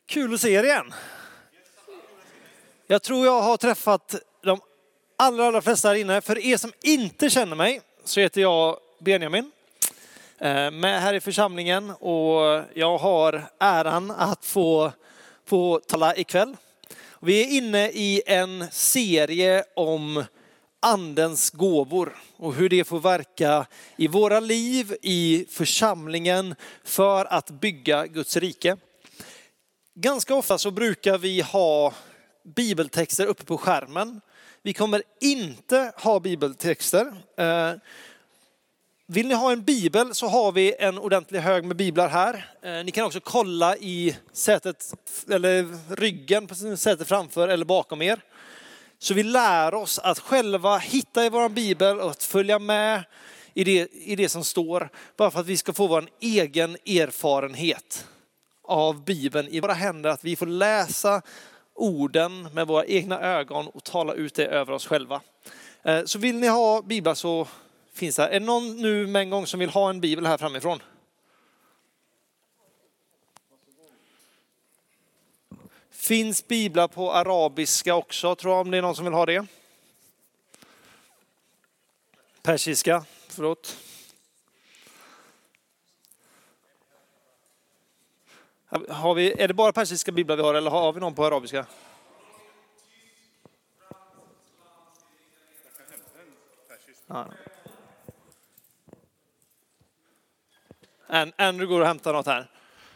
Kul att se er igen. Jag tror jag har träffat de allra flesta här inne. För er som inte känner mig så heter jag Benjamin. Med här i församlingen och jag har äran att få tala ikväll. Vi är inne i en serie om andens gåvor och hur det får verka i våra liv, i församlingen för att bygga Guds rike. Ganska ofta så brukar vi ha bibeltexter uppe på skärmen. Vi kommer inte ha bibeltexter. Vill ni ha en bibel så har vi en ordentlig hög med biblar här. Ni kan också kolla i sätet eller ryggen på sätet framför eller bakom er. Så vi lär oss att själva hitta i vår bibel och att följa med i det som står. Bara för att vi ska få vår egen erfarenhet av Bibeln i våra händer. Att vi får läsa orden med våra egna ögon och tala ut det över oss själva. Så vill ni ha biblar så finns det här. Är någon nu med en gång som vill ha en bibel här framifrån? Finns biblar på arabiska också, tror jag, om det är någon som vill ha det. Persiska, förlåt. Är det bara persiska biblar vi har eller har vi någon på arabiska? Ja. Andrew går och hämtar något här.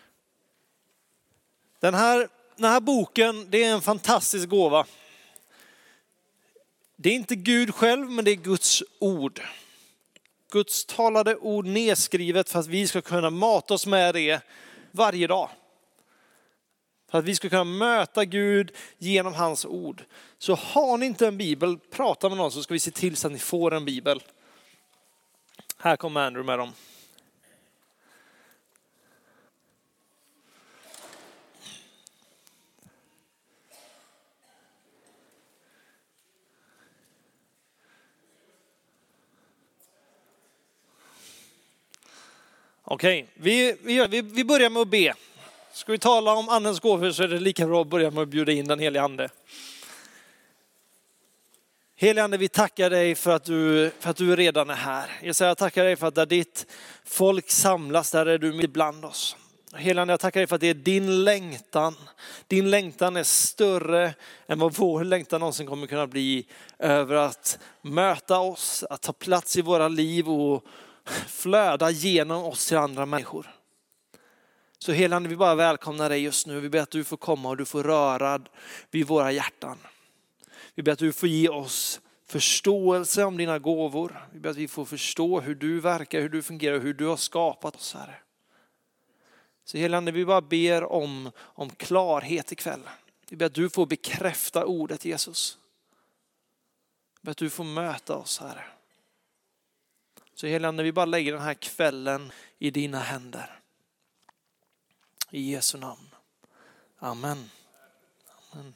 Den här boken, det är en fantastisk gåva. Det är inte Gud själv, men det är Guds ord. Guds talade ord nedskrivet för att vi ska kunna mata oss med det varje dag. För att vi ska kunna möta Gud genom hans ord. Så har ni inte en bibel, prata med någon så ska vi se till så att ni får en bibel. Här kommer Andrew med dem. Okej, vi börjar med att be. Ska vi tala om andens gåvor så är det lika bra att börja med att bjuda in den helige ande. Helige ande, vi tackar dig för att du redan är här. Jag tackar dig för att där ditt folk samlas, där är du mitt bland oss. Helige ande, jag tackar dig för att det är din längtan. Din längtan är större än vad vår längtan någonsin kommer kunna bli över att möta oss, att ta plats i våra liv och flöda genom oss till andra människor. Så helige ande, vi bara välkomnar dig just nu. Vi ber att du får komma och du får röra vid våra hjärtan. Vi ber att du får ge oss förståelse om dina gåvor. Vi ber att vi får förstå hur du verkar, hur du fungerar och hur du har skapat oss här. Så helige ande, vi bara ber om klarhet ikväll. Vi ber att du får bekräfta ordet Jesus. Vi ber att du får möta oss här. Så helige ande, vi bara lägger den här kvällen i dina händer. I Jesu namn. Amen. Amen.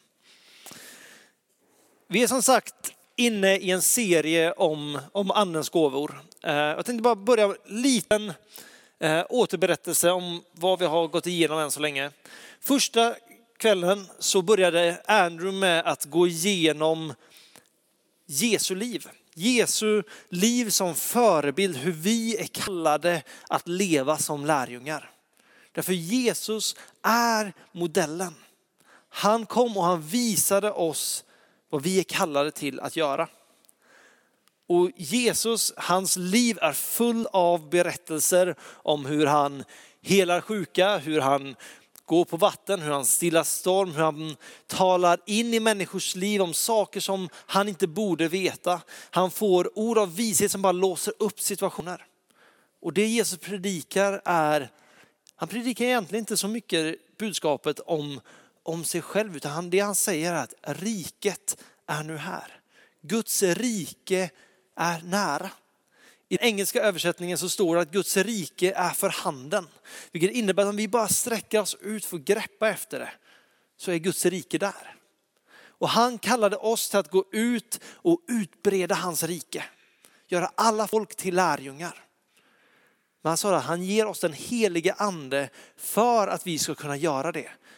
Vi är som sagt inne i en serie om andens gåvor. Jag tänkte bara börja med en liten återberättelse om vad vi har gått igenom än så länge. Första kvällen så började Andrew med att gå igenom Jesu liv. Jesu liv som förebild, hur vi är kallade att leva som lärjungar. Därför Jesus är modellen. Han kom och han visade oss vad vi är kallade till att göra. Och Jesus, hans liv är full av berättelser om hur han helar sjuka, hur han går på vatten, hur han stillar storm, hur han talar in i människors liv om saker som han inte borde veta. Han får ord av vishet som bara låser upp situationer. Och det Jesus predikar han predikar egentligen inte så mycket budskapet om sig själv, utan det han säger är att riket är nu här. Guds rike är nära. I den engelska översättningen så står det att Guds rike är för handen. Vilket innebär att om vi bara sträcker oss ut för att greppa efter det så är Guds rike där. Och han kallade oss till att gå ut och utbreda hans rike. Göra alla folk till lärjungar. Men han sa att han ger oss den helige ande för att vi ska kunna göra det.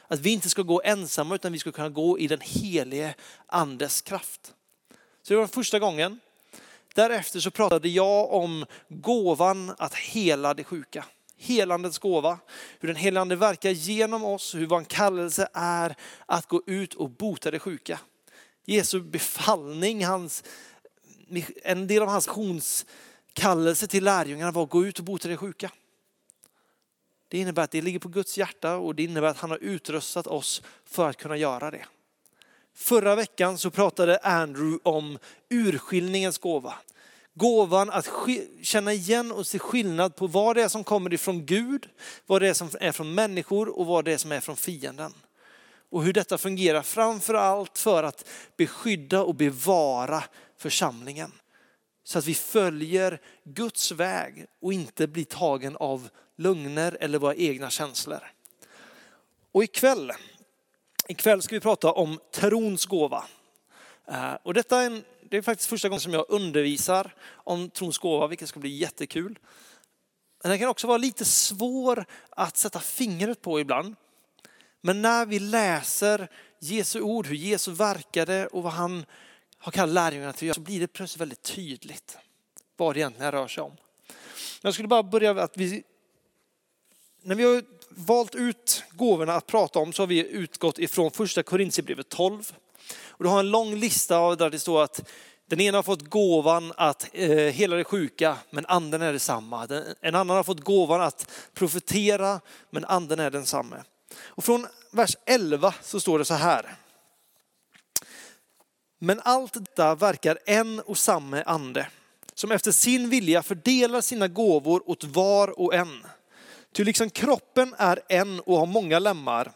Att vi inte ska gå ensamma utan vi ska kunna gå i den helige andes kraft. Så det var första gången. Därefter så pratade jag om gåvan att hela det sjuka. Helandets gåva. Hur den helige ande verkar genom oss. Hur vår kallelse är att gå ut och bota det sjuka. Jesu befallning, en del av hans missionskallelse till lärjungarna var att gå ut och bota det sjuka. Det innebär att det ligger på Guds hjärta och det innebär att han har utrustat oss för att kunna göra det. Förra veckan så pratade Andrew om urskiljningens gåva. Gåvan att känna igen och se skillnad på vad det är som kommer ifrån Gud, vad det är som är från människor och vad det är som är från fienden. Och hur detta fungerar framför allt för att beskydda och bevara församlingen. Så att vi följer Guds väg och inte blir tagen av lögner eller våra egna känslor. Och ikväll ska vi prata om trons gåva. Och det är faktiskt första gången som jag undervisar om trons gåva, vilket ska bli jättekul. Men den kan också vara lite svår att sätta fingret på ibland. Men när vi läser Jesu ord, hur Jesus verkade och vad han har kallat lärjungarna till att göra, så blir det plötsligt väldigt tydligt vad det egentligen rör sig om. Jag skulle bara börja med att när vi har valt ut gåvorna att prata om så har vi utgått ifrån första Korinthierbrevet 12. Och du har en lång lista där det står att den ena har fått gåvan att hela det sjuka, men anden är detsamma. En annan har fått gåvan att profetera, men anden är densamma. Och från vers 11 så står det så här. Men allt detta verkar en och samma ande, som efter sin vilja fördelar sina gåvor åt var och en. Ty liksom kroppen är en och har många lemmar,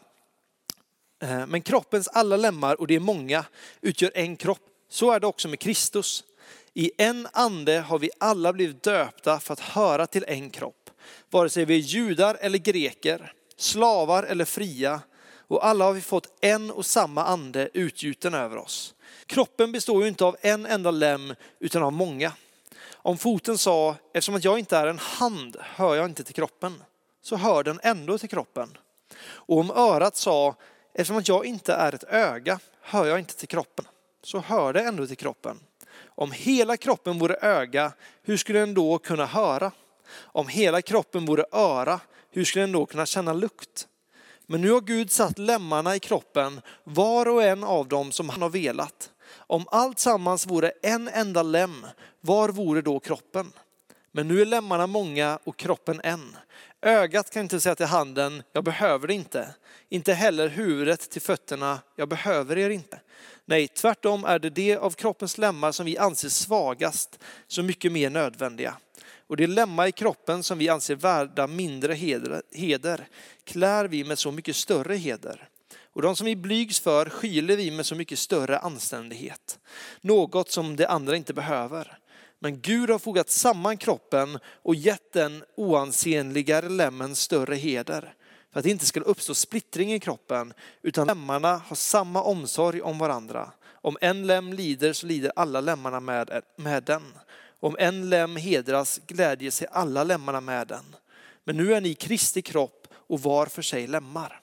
men kroppens alla lemmar, och det är många, utgör en kropp. Så är det också med Kristus. I en ande har vi alla blivit döpta för att höra till en kropp. Vare sig vi är judar eller greker, slavar eller fria. Och alla har vi fått en och samma ande utgjuten över oss. Kroppen består ju inte av en enda lem utan av många. Om foten sa, eftersom att jag inte är en hand hör jag inte till kroppen, så hör den ändå till kroppen. Och om örat sa, eftersom att jag inte är ett öga hör jag inte till kroppen, så hör det ändå till kroppen. Om hela kroppen vore öga, hur skulle den då kunna höra? Om hela kroppen vore öra, hur skulle den då kunna känna lukt? Men nu har Gud satt lemmarna i kroppen, var och en av dem som han har velat. Om allt sammans vore en enda lem, var vore då kroppen? Men nu är lemmarna många och kroppen en. Ögat kan inte säga till handen, jag behöver det inte. Inte heller huvudet till fötterna, jag behöver er inte. Nej, tvärtom är det av kroppens lemmar som vi anser svagast så mycket mer nödvändiga. Och det lemmar i kroppen som vi anser värda mindre heder klär vi med så mycket större heder. Och de som vi blygs för skyler vi med så mycket större anständighet. Något som det andra inte behöver. Men Gud har fogat samman kroppen och gett den oansenligare lemmen större heder. För att det inte ska uppstå splittring i kroppen, utan lemmarna har samma omsorg om varandra. Om en lem lider så lider alla lemmarna med den. Om en lem hedras glädjer sig alla lemmarna med den. Men nu är ni Kristi kropp och var för sig lemmar.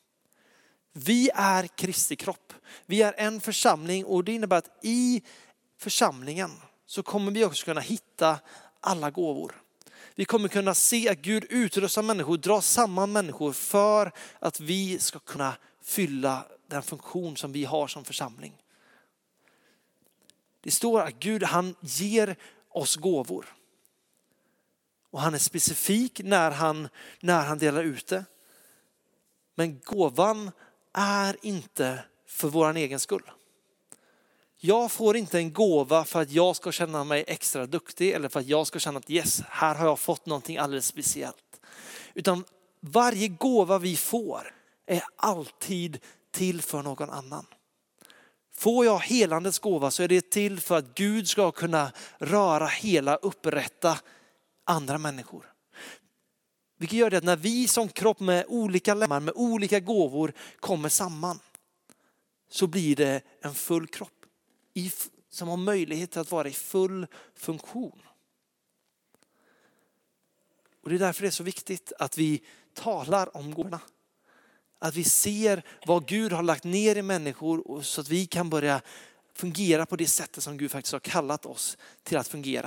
Vi är Kristi kropp. Vi är en församling och det innebär att i församlingen så kommer vi också kunna hitta alla gåvor. Vi kommer kunna se att Gud utrustar människor, drar samman människor för att vi ska kunna fylla den funktion som vi har som församling. Det står att Gud, han ger oss gåvor. Och han är specifik när han delar ut det. Men gåvan är inte för vår egen skull. Jag får inte en gåva för att jag ska känna mig extra duktig eller för att jag ska känna att yes, här har jag fått någonting alldeles speciellt. Utan varje gåva vi får är alltid till för någon annan. Får jag helandets gåva så är det till för att Gud ska kunna röra, hela, upprätta andra människor. Vilket gör det att när vi som kropp med olika lemmar, med olika gåvor kommer samman, så blir det en full kropp som har möjlighet att vara i full funktion. Och det är därför det är så viktigt att vi talar om gåvorna. Att vi ser vad Gud har lagt ner i människor så att vi kan börja fungera på det sättet som Gud faktiskt har kallat oss till att fungera.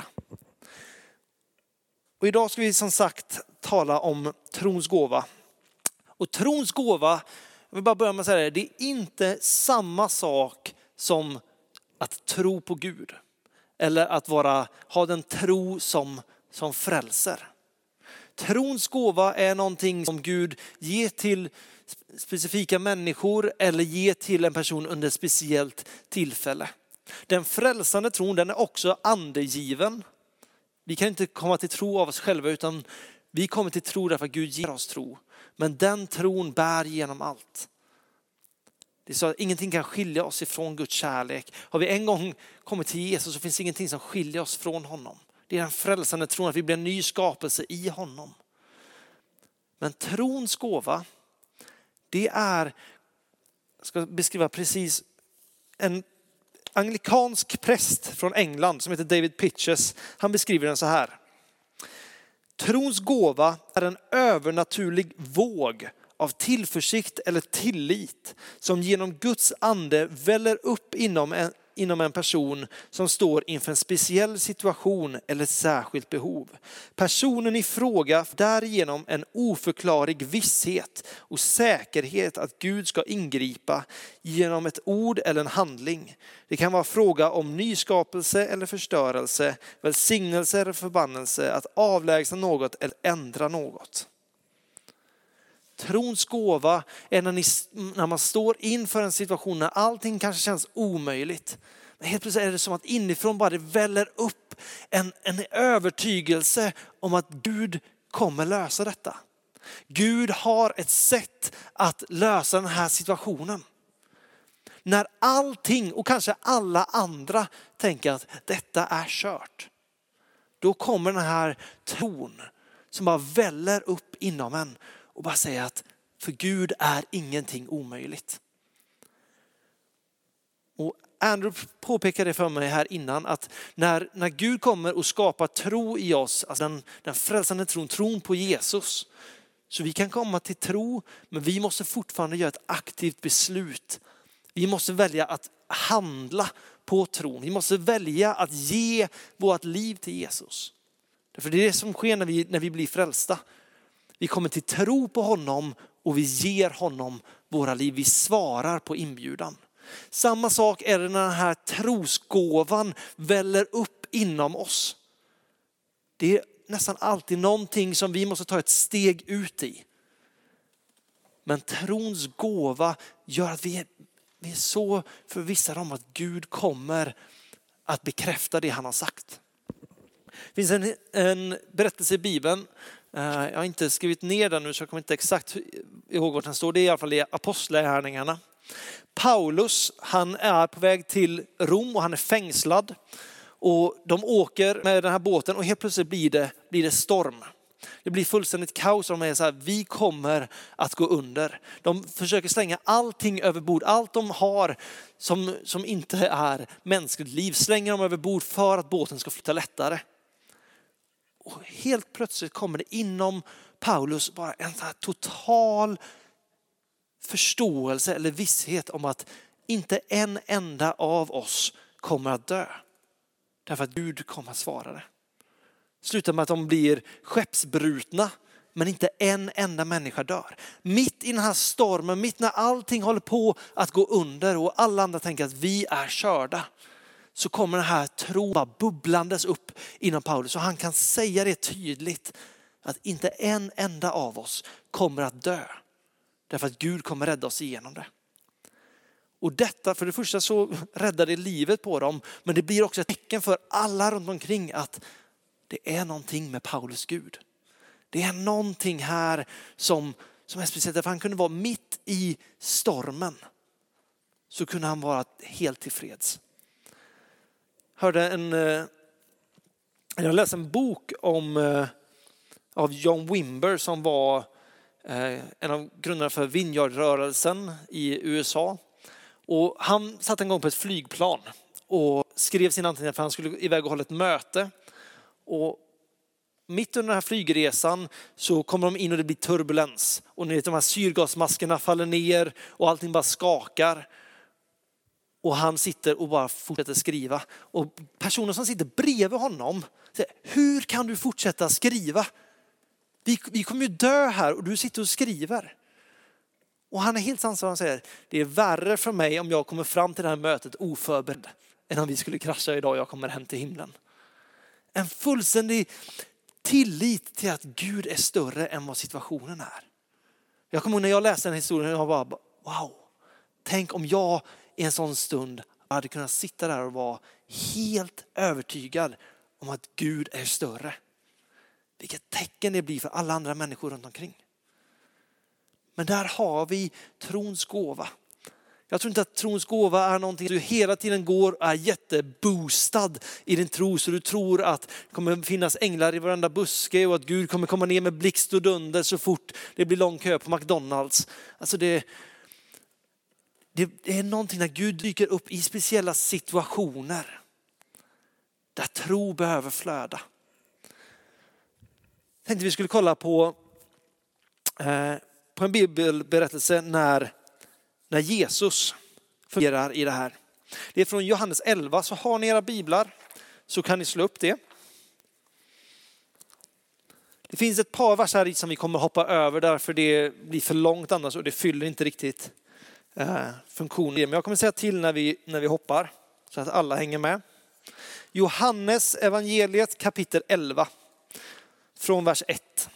Och idag ska vi som sagt tala om trons gåva. Och trons gåva, jag vill bara börja med att säga det är inte samma sak som att tro på Gud. Eller att ha den tro som frälser. Trons gåva är någonting som Gud ger till specifika människor eller ger till en person under ett speciellt tillfälle. Den frälsande tron, den är också andegiven. Vi kan inte komma till tro av oss själva, utan vi kommer till tro därför att Gud ger oss tro. Men den tron bär genom allt. Det är så att ingenting kan skilja oss ifrån Guds kärlek. Har vi en gång kommit till Jesus så finns ingenting som skiljer oss från honom. Det är den frälsande tron att vi blir en ny skapelse i honom. Men trons gåva, det är, jag ska beskriva precis, en anglikansk präst från England som heter David Pitches. Han beskriver den så här. Trons gåva är en övernaturlig våg av tillförsikt eller tillit som genom Guds ande väller upp inom en person som står inför en speciell situation eller ett särskilt behov. Personen i fråga därigenom en oförklarlig visshet och säkerhet att Gud ska ingripa genom ett ord eller en handling. Det kan vara fråga om nyskapelse eller förstörelse, välsignelse eller förbannelse, att avlägsna något eller ändra något. Trons gåva är när man står inför en situation när allting kanske känns omöjligt. Men helt plötsligt är det som att inifrån bara det väller upp en övertygelse om att Gud kommer lösa detta. Gud har ett sätt att lösa den här situationen. När allting och kanske alla andra tänker att detta är kört. Då kommer den här tron som bara väller upp inom en. Och bara säga att för Gud är ingenting omöjligt. Och Andrew påpekade för mig här innan att när Gud kommer och skapar tro i oss, alltså den frälsande tron på Jesus. Så vi kan komma till tro, men vi måste fortfarande göra ett aktivt beslut. Vi måste välja att handla på tron. Vi måste välja att ge vårt liv till Jesus. För det är det som sker när vi blir frälsta. Vi kommer till tro på honom och vi ger honom våra liv. Vi svarar på inbjudan. Samma sak är det när den här trosgåvan väller upp inom oss. Det är nästan alltid någonting som vi måste ta ett steg ut i. Men trons gåva gör att vi är så förvissade om att Gud kommer att bekräfta det han har sagt. Det finns en berättelse i Bibeln. Jag har inte skrivit ner den nu så jag kommer inte exakt ihåg vad den står. Det är i alla fall i Apostlagärningarna. Paulus, han är på väg till Rom och han är fängslad. Och de åker med den här båten och helt plötsligt blir det storm. Det blir fullständigt kaos och de är så här, vi kommer att gå under. De försöker slänga allting över bord. Allt de har som inte är mänskligt liv slänger de över bord för att båten ska flytta lättare. Och helt plötsligt kommer det inom Paulus bara en så här total förståelse eller visshet om att inte en enda av oss kommer att dö. Därför att Gud kommer att svara det. Slutar med att de blir skeppsbrutna, men inte en enda människa dör. Mitt i den här stormen, mitt när allting håller på att gå under och alla andra tänker att vi är körda, så kommer den här tron bara bubblandes upp inom Paulus. Och han kan säga det tydligt att inte en enda av oss kommer att dö. Därför att Gud kommer rädda oss igenom det. Och detta, för det första så räddar det livet på dem. Men det blir också ett tecken för alla runt omkring att det är någonting med Paulus Gud. Det är någonting här som är speciellt. Därför han kunde vara mitt i stormen. Så kunde han vara helt tillfreds. Jag läste en bok av John Wimber som var en av grundarna för Vineyard-rörelsen i USA. Och han satt en gång på ett flygplan och skrev sin anteckningar för han skulle iväg och hålla ett möte. Och mitt under den här flygresan så kommer de in och det blir turbulens. Och ni vet, de här syrgasmaskerna faller ner och allting bara skakar. Och han sitter och bara fortsätter skriva. Och personen som sitter bredvid honom säger, hur kan du fortsätta skriva? Vi kommer ju dö här och du sitter och skriver. Och han är helt sansad och säger, det är värre för mig om jag kommer fram till det här mötet oförberedd än om vi skulle krascha idag och jag kommer hem till himlen. En fullständig tillit till att Gud är större än vad situationen är. Jag kommer ihåg när jag läste den historien och jag bara, wow, tänk om jag i en sån stund hade kunnat sitta där och vara helt övertygad om att Gud är större. Vilket tecken det blir för alla andra människor runt omkring. Men där har vi trons gåva. Jag tror inte att trons gåva är någonting du hela tiden går och är jätteboostad i din tro. Så du tror att det kommer finnas änglar i varenda buske och att Gud kommer komma ner med blixt och dunder så fort det blir lång kö på McDonalds. Alltså det är någonting när Gud dyker upp i speciella situationer. Där tro behöver flöda. Jag tänkte vi skulle kolla på en bibelberättelse när Jesus fungerar i det här. Det är från Johannes 11, så har ni era biblar så kan ni slå upp det. Det finns ett par verser som vi kommer hoppa över därför det blir för långt annars och det fyller inte riktigt funktionen. Men jag kommer säga till när vi hoppar så att alla hänger med. Johannes evangeliet kapitel 11 från vers 1.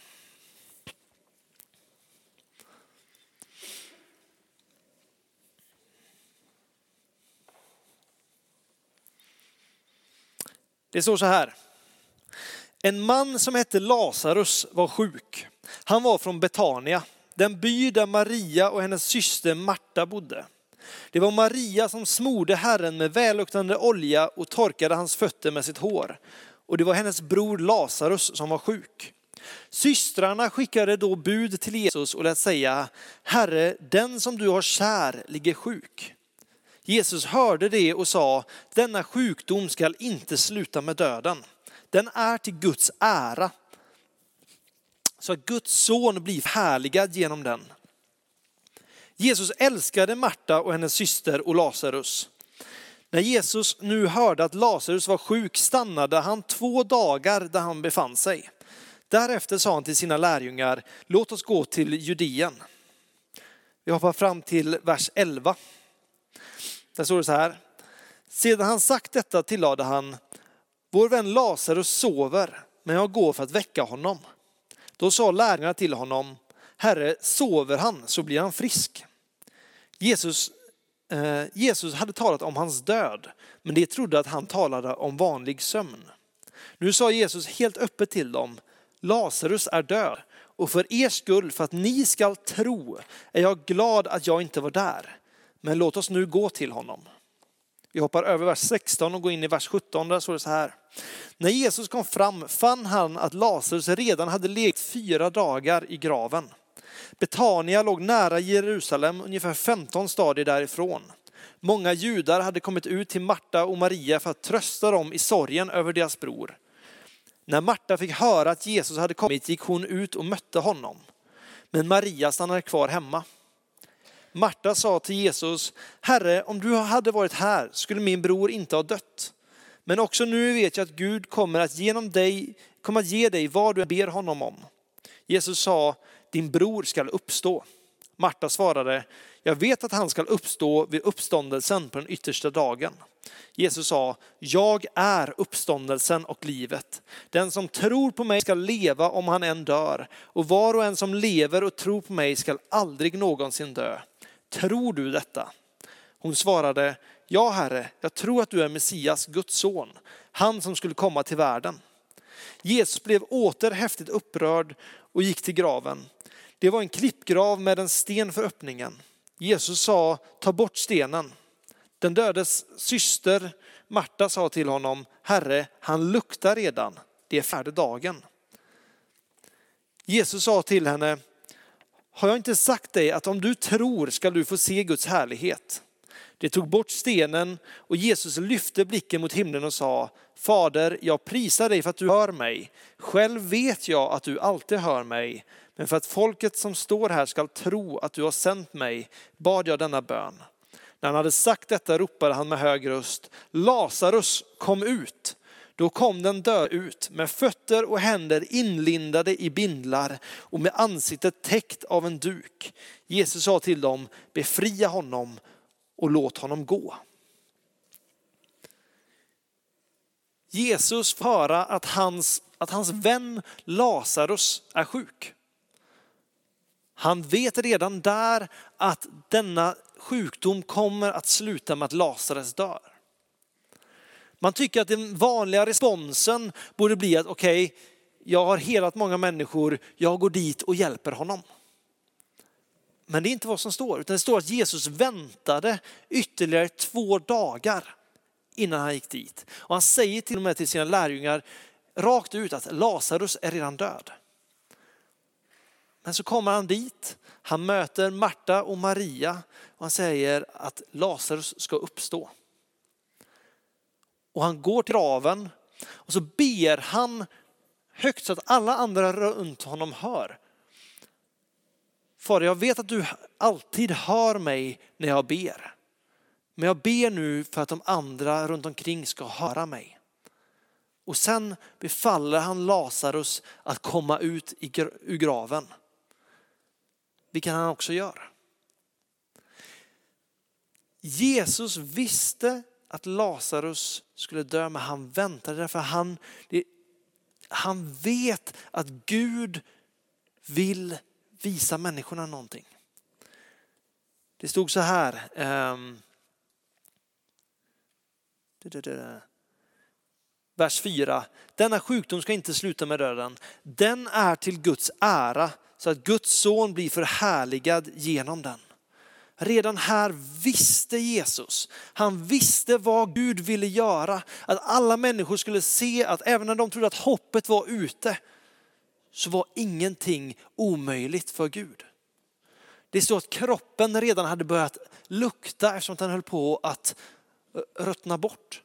Det står så här. En man som hette Lazarus var sjuk. Han var från Betania, den by där Maria och hennes syster Marta bodde. Det var Maria som smorde Herren med välluktande olja och torkade hans fötter med sitt hår. Och det var hennes bror Lazarus som var sjuk. Systrarna skickade då bud till Jesus och lät säga, Herre, den som du har kär ligger sjuk. Jesus hörde det och sa, denna sjukdom ska inte sluta med döden. Den är till Guds ära. Så att Guds son blir härligad genom den. Jesus älskade Marta och hennes syster och Lazarus. När Jesus nu hörde att Lazarus var sjuk stannade han 2 dagar där han befann sig. Därefter sa han till sina lärjungar, låt oss gå till Judeen. Vi hoppar fram till vers 11. Där står det så här. Sedan han sagt detta tillade han, vår vän Lazarus sover, men jag går för att väcka honom. Då sa lärjungarna till honom, Herre, sover han så blir han frisk. Jesus hade talat om hans död, men de trodde att han talade om vanlig sömn. Nu sa Jesus helt öppet till dem, Lazarus är död, och för er skull, för att ni ska tro, är jag glad att jag inte var där. Men låt oss nu gå till honom. Vi hoppar över vers 16 och går in i vers 17. Där står det så här. När Jesus kom fram fann han att Lazarus redan hade legat 4 dagar i graven. Betania låg nära Jerusalem, ungefär 15 stadier därifrån. Många judar hade kommit ut till Marta och Maria för att trösta dem i sorgen över deras bror. När Marta fick höra att Jesus hade kommit gick hon ut och mötte honom. Men Maria stannade kvar hemma. Marta sa till Jesus, Herre, om du hade varit här skulle min bror inte ha dött. Men också nu vet jag att Gud kommer att ge dig vad du ber honom om. Jesus sa, din bror ska uppstå. Marta svarade, jag vet att han ska uppstå vid uppståndelsen på den yttersta dagen. Jesus sa, jag är uppståndelsen och livet. Den som tror på mig ska leva om han än dör. Och var och en som lever och tror på mig ska aldrig någonsin dö. Tror du detta? Hon svarade, ja Herre, jag tror att du är Messias, Guds son, han som skulle komma till världen. Jesus blev åter häftigt upprörd och gick till graven. Det var en klippgrav med en sten för öppningen. Jesus sa, ta bort stenen. Den dödes syster Marta sa till honom, Herre, han luktar redan, det är 4:e dagen. Jesus sa till henne, har jag inte sagt dig att om du tror ska du få se Guds härlighet? Det tog bort stenen och Jesus lyfte blicken mot himlen och sa: Fader, jag prisar dig för att du hör mig. Själv vet jag att du alltid hör mig. Men för att folket som står här ska tro att du har sänt mig, bad jag denna bön. När han hade sagt detta ropade han med hög röst: Lazarus, kom ut! Då kom den död ut med fötter och händer inlindade i bindlar och med ansiktet täckt av en duk. Jesus sa till dem: befria honom och låt honom gå. Jesus får höra att hans vän Lazarus är sjuk. Han vet redan där att denna sjukdom kommer att sluta med att Lazarus dör. Man tycker att den vanliga responsen borde bli att okej, jag har helat många människor, jag går dit och hjälper honom. Men det är inte vad som står, utan det står att Jesus väntade ytterligare 2 dagar innan han gick dit. Och han säger till och med till sina lärjungar rakt ut att Lazarus är redan död. Men så kommer han dit, han möter Marta och Maria och han säger att Lazarus ska uppstå. Och han går till graven och så ber han högt så att alla andra runt honom hör. Fader, jag vet att du alltid hör mig när jag ber. Men jag ber nu för att de andra runt omkring ska höra mig. Och sen befaller han Lazarus att komma ut ur graven. Vilket han också gör. Jesus visste att Lazarus skulle dö, men han väntade därför han vet att Gud vill visa människorna någonting. Det stod så här. Vers 4. Denna sjukdom ska inte sluta med döden. Den är till Guds ära så att Guds son blir förhärligad genom den. Redan här visste Jesus. Han visste vad Gud ville göra. Att alla människor skulle se att även när de trodde att hoppet var ute så var ingenting omöjligt för Gud. Det står att kroppen redan hade börjat lukta eftersom den höll på att ruttna bort.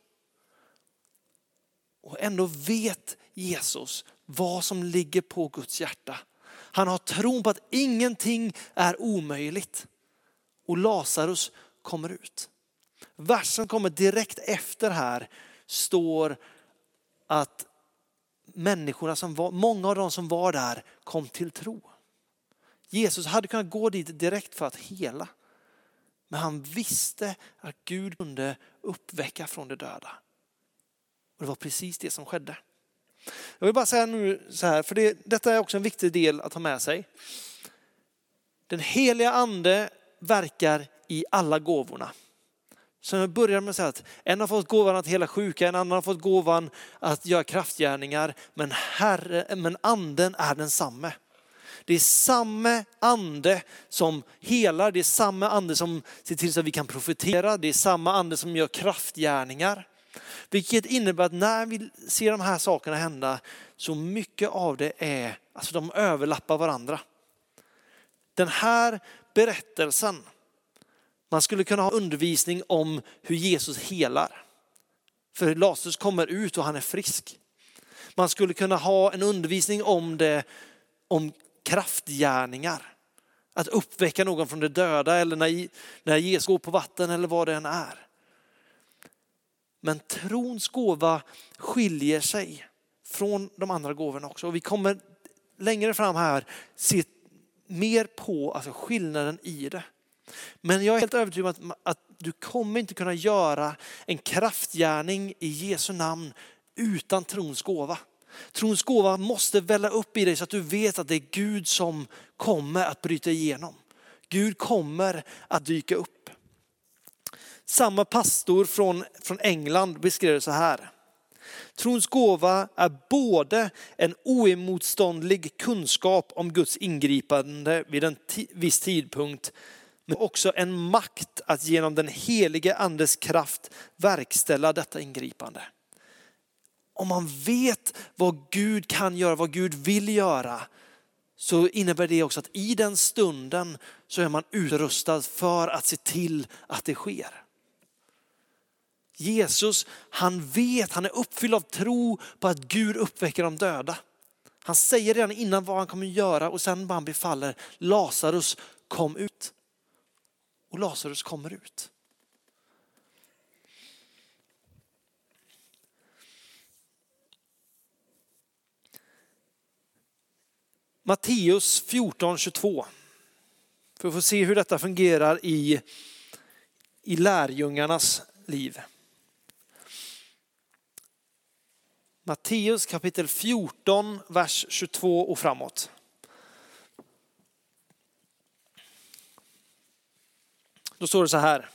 Och ändå vet Jesus vad som ligger på Guds hjärta. Han har tron på att ingenting är omöjligt. Och Lazarus kommer ut. Versen kommer direkt efter här står att människorna många av de som var där kom till tro. Jesus hade kunnat gå dit direkt för att hela. Men han visste att Gud kunde uppväcka från de döda. Och det var precis det som skedde. Jag vill bara säga nu så här, för detta är också en viktig del att ha med sig. Den heliga ande verkar i alla gåvorna. Så jag börjar med att säga att en har fått gåvan att hela sjuka, en annan har fått gåvan att göra kraftgärningar. Men anden är densamme. Det är samma ande som helar, det är samma ande som ser till så att vi kan profetera, det är samma ande som gör kraftgärningar. Vilket innebär att när vi ser de här sakerna hända så mycket av det är, alltså de överlappar varandra. Den här berättelsen, man skulle kunna ha undervisning om hur Jesus helar. För Lazarus kommer ut och han är frisk. Man skulle kunna ha en undervisning om kraftgärningar. Att uppväcka någon från de döda eller när Jesus går på vatten eller vad det än är. Men trons gåva skiljer sig från de andra gåvorna också. Och vi kommer längre fram här se mer på alltså skillnaden i det. Men jag är helt övertygad om att du kommer inte kunna göra en kraftgärning i Jesu namn utan trons gåva. Trons gåva måste välla upp i dig så att du vet att det är Gud som kommer att bryta igenom. Gud kommer att dyka upp. Samma pastor från England beskrev det så här. Trons gåva är både en oemotståndlig kunskap om Guds ingripande vid en viss tidpunkt, men också en makt att genom den helige andes kraft verkställa detta ingripande. Om man vet vad Gud kan göra, vad Gud vill göra, så innebär det också att i den stunden så är man utrustad för att se till att det sker. Jesus, han är uppfylld av tro på att Gud uppväcker de döda. Han säger redan innan vad han kommer göra och sen bara han befaller, Lazarus kom ut. Och Lazarus kommer ut. Matteus 14:22. För att få se hur detta fungerar i lärjungarnas liv. Matteus kapitel 14, vers 22 och framåt. Då står det så här.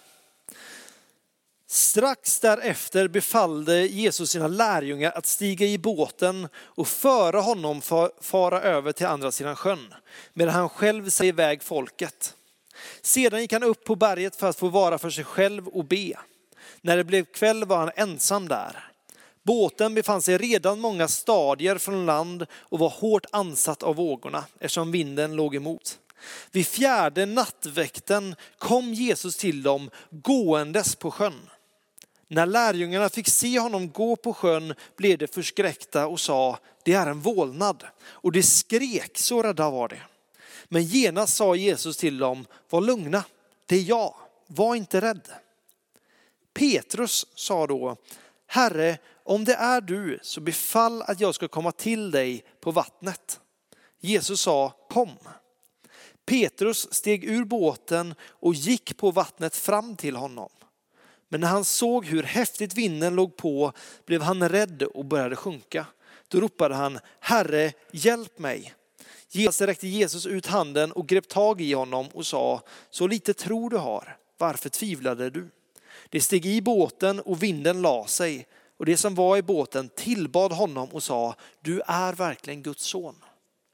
Strax därefter befallde Jesus sina lärjungar att stiga i båten och föra honom fara över till andra sidan sjön, medan han själv sa iväg folket. Sedan gick han upp på berget för att få vara för sig själv och be. När det blev kväll var han ensam där. Båten befann sig redan många stadier från land och var hårt ansatt av vågorna eftersom vinden låg emot. Vid 4:e nattväkten kom Jesus till dem gåendes på sjön. När lärjungarna fick se honom gå på sjön blev de förskräckta och sa, det är en vålnad. Och de skrek, så rädda var det. Men genast sa Jesus till dem, var lugna, det är jag, var inte rädd. Petrus sa då, Herre, om det är du så befall att jag ska komma till dig på vattnet. Jesus sa, kom. Petrus steg ur båten och gick på vattnet fram till honom. Men när han såg hur häftigt vinden låg på blev han rädd och började sjunka. Då ropade han, Herre, hjälp mig. Räckte Jesus ut handen och grep tag i honom och sa, så lite tro du har, varför tvivlade du? Det steg i båten och vinden la sig. Och det som var i båten tillbad honom och sa, du är verkligen Guds son.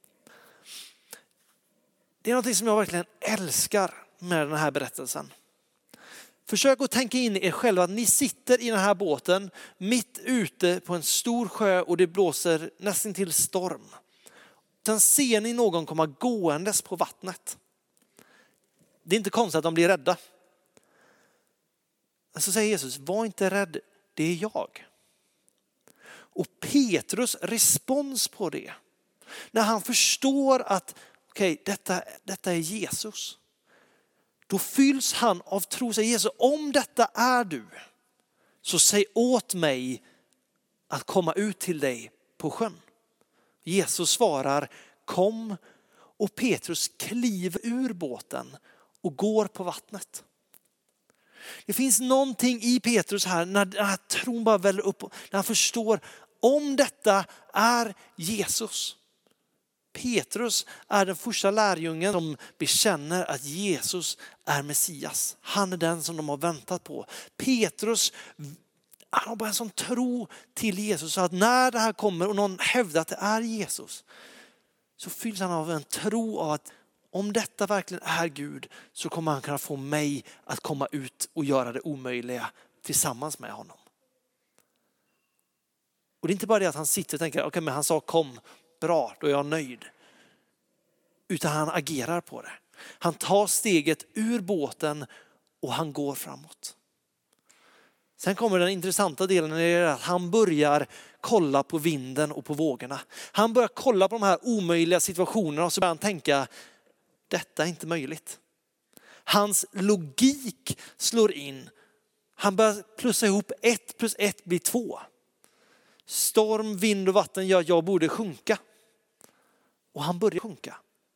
Det är något som jag verkligen älskar med den här berättelsen. Försök att tänka in er själva att ni sitter i den här båten mitt ute på en stor sjö och det blåser nästan till storm. Sen ser ni någon komma gåendes på vattnet. Det är inte konstigt att de blir rädda. Så säger Jesus, var inte rädd, det är jag. Och Petrus respons på det, när han förstår att okej, detta är Jesus. Då fylls han av tro, säger Jesus, om detta är du, så säg åt mig att komma ut till dig på sjön. Jesus svarar, kom, och Petrus kliver ur båten och går på vattnet. Det finns någonting i Petrus här när den här tron bara väller upp, när han förstår om detta är Jesus. Petrus är den första lärjungen som bekänner att Jesus är Messias. Han är den som de har väntat på. Petrus, han har bara en sån tro till Jesus så att när det här kommer och någon hävdar att det är Jesus, så fylls han av en tro av att om detta verkligen är Gud så kommer han kunna få mig att komma ut och göra det omöjliga tillsammans med honom. Och det är inte bara det att han sitter och tänker, okej, men han sa kom, bra, då är jag nöjd. Utan han agerar på det. Han tar steget ur båten och han går framåt. Sen kommer den intressanta delen, det är att han börjar kolla på vinden och på vågorna. Han börjar kolla på de här omöjliga situationerna och så börjar han tänka, detta är inte möjligt. Hans logik slår in. Han börjar plussa ihop 1 + 1 blir 2. Storm, vind och vatten gör att jag borde sjunka. Och han börjar sjunka.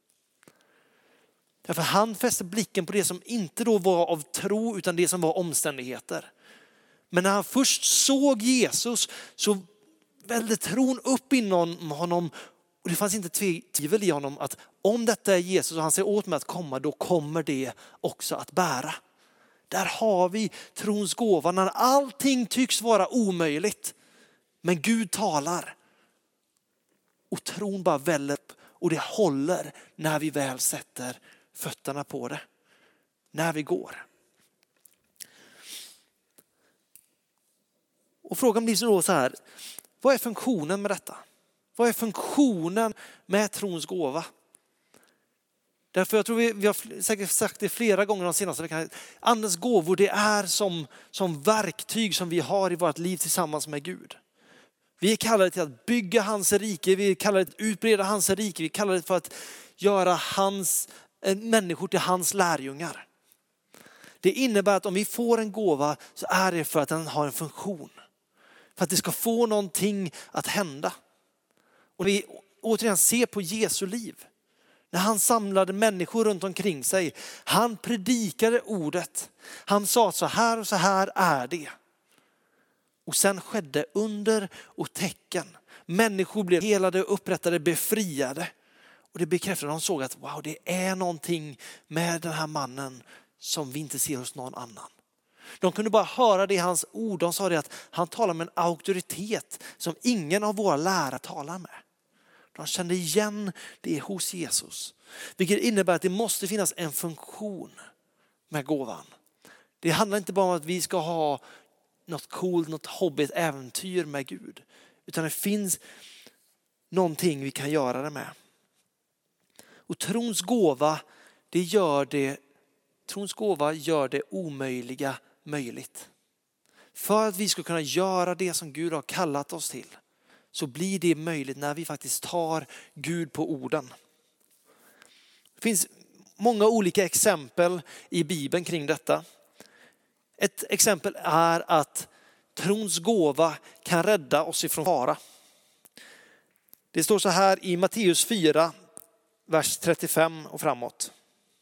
Därför han fäster blicken på det som inte då var av tro utan det som var omständigheter. Men när han först såg Jesus så vällde tron upp inom honom. Och det fanns inte tvivel i honom att om detta är Jesus och han säger åt mig att komma, då kommer det också att bära. Där har vi trons gåva när allting tycks vara omöjligt. Men Gud talar och tron bara väller upp och det håller när vi väl sätter fötterna på det. När vi går. Och frågan blir då så här, vad är funktionen med detta? Vad är funktionen med trons gåva? Därför jag tror vi har säkert sagt det flera gånger de senaste veckorna. Andens gåvor, det är som verktyg som vi har i vårt liv tillsammans med Gud. Vi är kallade till att bygga hans rike, vi är kallade till att utbreda hans rike, vi är kallade för att göra människor till hans lärjungar. Det innebär att om vi får en gåva så är det för att den har en funktion. För att det ska få någonting att hända. Och vi återigen ser på Jesu liv. När han samlade människor runt omkring sig. Han predikade ordet. Han sa så här och så här är det. Och sen skedde under och tecken. Människor blev helade, upprättade, befriade. Och det bekräftade, de såg att wow, det är någonting med den här mannen som vi inte ser hos någon annan. De kunde bara höra det i hans ord. De sa det att han talar med en auktoritet som ingen av våra lärare talar med. De kände igen det hos Jesus. Vilket innebär att det måste finnas en funktion med gåvan. Det handlar inte bara om att vi ska ha något coolt, något hobby, ett äventyr med Gud. Utan det finns någonting vi kan göra det med. Och trons gåva gör det omöjliga möjligt. För att vi ska kunna göra det som Gud har kallat oss till. Så blir det möjligt när vi faktiskt tar Gud på orden. Det finns många olika exempel i Bibeln kring detta. Ett exempel är att trons gåva kan rädda oss ifrån fara. Det står så här i Matteus 4, vers 35 och framåt.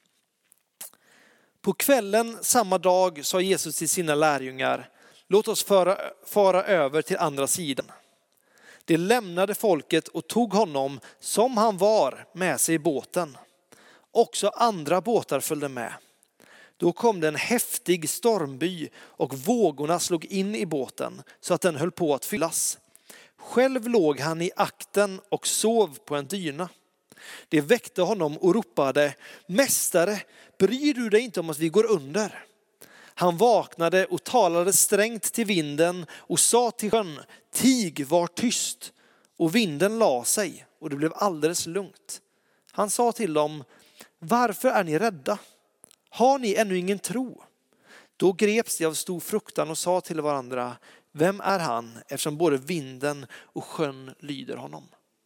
På kvällen samma dag sa Jesus till sina lärjungar, låt oss fara över till andra sidan. De lämnade folket och tog honom som han var med sig i båten. Också andra båtar följde med. Då kom det en häftig stormby och vågorna slog in i båten så att den höll på att fyllas. Själv låg han i akten och sov på en dyna. Det väckte honom och ropade, mästare, bryr du dig inte om att vi går under? Han vaknade och talade strängt till vinden och sa till sjön, tig, var tyst. Och vinden la sig och det blev alldeles lugnt. Han sa till dem, varför är ni rädda? Har ni ännu ingen tro? Då greps de av stor fruktan och sa till varandra, vem är han eftersom både vinden och sjön lyder honom?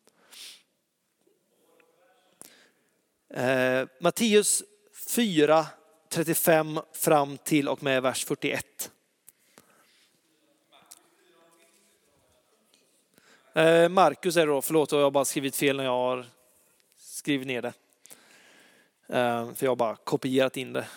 Matteus 4, 35 fram till och med vers 41. Markus är det då, förlåt jag har bara skrivit fel när jag har skrivit ner det. För jag har bara kopierat in det.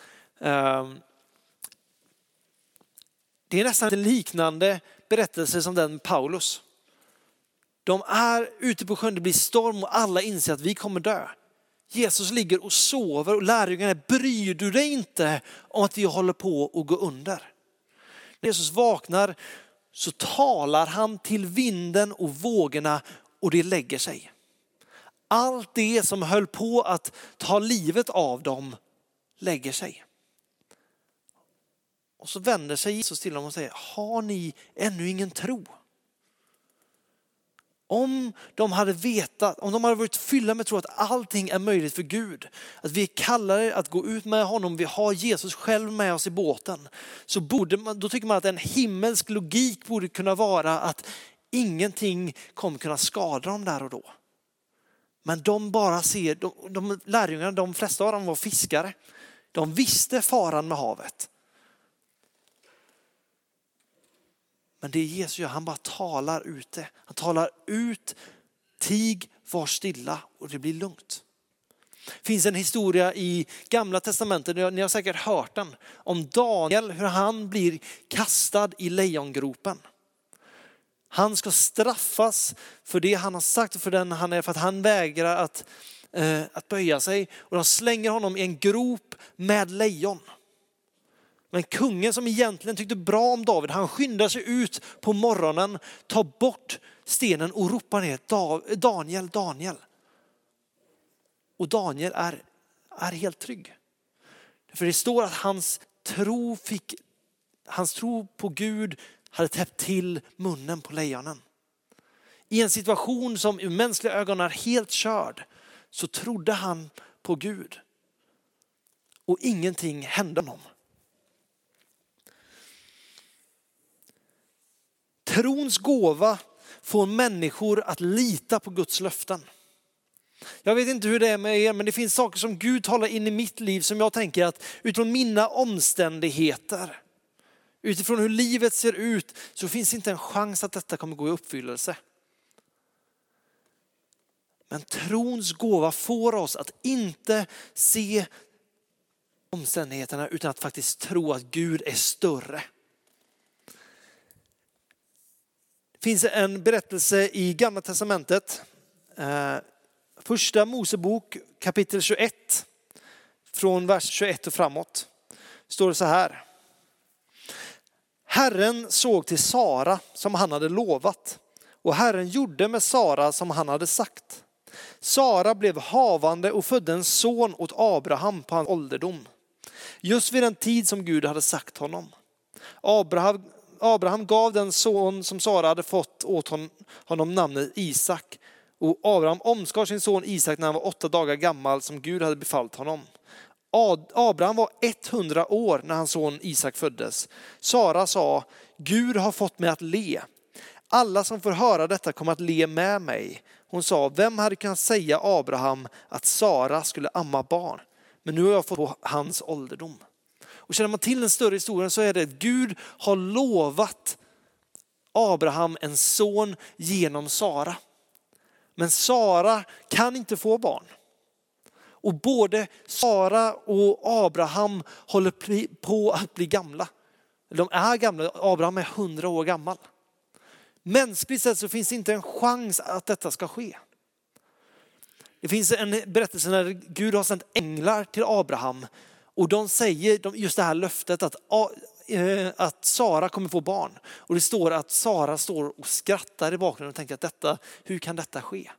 Det är nästan en liknande berättelse som den Paulus. De är ute på sjön, det blir storm och alla inser att vi kommer dö. Jesus ligger och sover och lärjungarna bryr du dig inte om att vi håller på att gå under. När Jesus vaknar så talar han till vinden och vågorna och det lägger sig. Allt det som höll på att ta livet av dem lägger sig. Och så vänder sig Jesus till dem och säger, har ni ännu ingen tro? Om de hade varit fyllda med tro att allting är möjligt för Gud, att vi är kallade att gå ut med honom, vi har Jesus själv med oss i båten, så då tycker man att en himmelsk logik borde kunna vara att ingenting kommer kunna skada dem där och då. Men de bara ser, de lärjungarna, de flesta av dem var fiskare, de visste faran med havet. Men det Jesus gör, han bara talar ut det. Han talar ut, tig, var stilla och det blir lugnt. Det finns en historia i Gamla testamentet, ni har säkert hört den, om Daniel, hur han blir kastad i lejongropen. Han ska straffas för det han har sagt och för den han är, för att han vägrar att böja sig. Och de slänger honom i en grop med lejon. Men kungen som egentligen tyckte bra om David, han skyndar sig ut på morgonen, tar bort stenen och ropar ner, Daniel, Daniel. Och Daniel är helt trygg. För det står att hans tro på Gud hade täppt till munnen på lejonen. I en situation som i mänskliga ögon är helt körd, så trodde han på Gud. Och ingenting hände honom. Trons gåva får människor att lita på Guds löften. Jag vet inte hur det är med er, men det finns saker som Gud talar in i mitt liv som jag tänker att utifrån mina omständigheter, utifrån hur livet ser ut, så finns inte en chans att detta kommer gå i uppfyllelse. Men trons gåva får oss att inte se omständigheterna utan att faktiskt tro att Gud är större. Det finns en berättelse i Gamla testamentet. Första Mosebok kapitel 21. Från vers 21 och framåt. Står det så här. Herren såg till Sara som han hade lovat. Och Herren gjorde med Sara som han hade sagt. Sara blev havande och födde en son åt Abraham på hans ålderdom. Just vid den tid som Gud hade sagt honom. Abraham gav den son som Sara hade fått åt honom namnet Isak. Och Abraham omskar sin son Isak när han var 8 dagar gammal som Gud hade befallt honom. Abraham var 100 år när hans son Isak föddes. Sara sa, Gud har fått mig att le. Alla som får höra detta kommer att le med mig. Hon sa, vem hade kunnat säga Abraham att Sara skulle amma barn? Men nu har jag fått på hans ålderdom. Och känner man till den större historien så är det att Gud har lovat Abraham en son genom Sara. Men Sara kan inte få barn. Och både Sara och Abraham håller på att bli gamla. De är gamla, Abraham är 100 år gammal. Mänskligt sett så finns det inte en chans att detta ska ske. Det finns en berättelse när Gud har sänt änglar till Abraham. Och de säger just det här löftet att Sara kommer få barn. Och det står att Sara står och skrattar i bakgrunden och tänker att hur kan detta ske?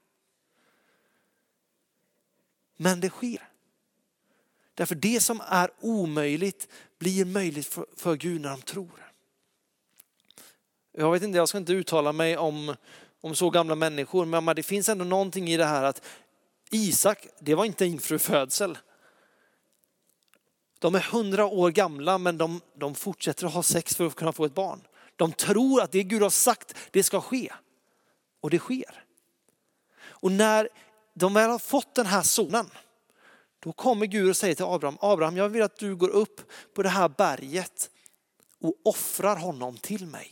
Men det sker. Därför det som är omöjligt blir möjligt för Gud när de tror. Jag vet inte, jag ska inte uttala mig om så gamla människor. Men det finns ändå någonting i det här att Isak, det var inte infrufödsel. De är 100 år gamla men de fortsätter att ha sex för att kunna få ett barn. De tror att det Gud har sagt, det ska ske. Och det sker. Och när de väl har fått den här sonen, då kommer Gud och säger till Abraham, jag vill att du går upp på det här berget och offrar honom till mig.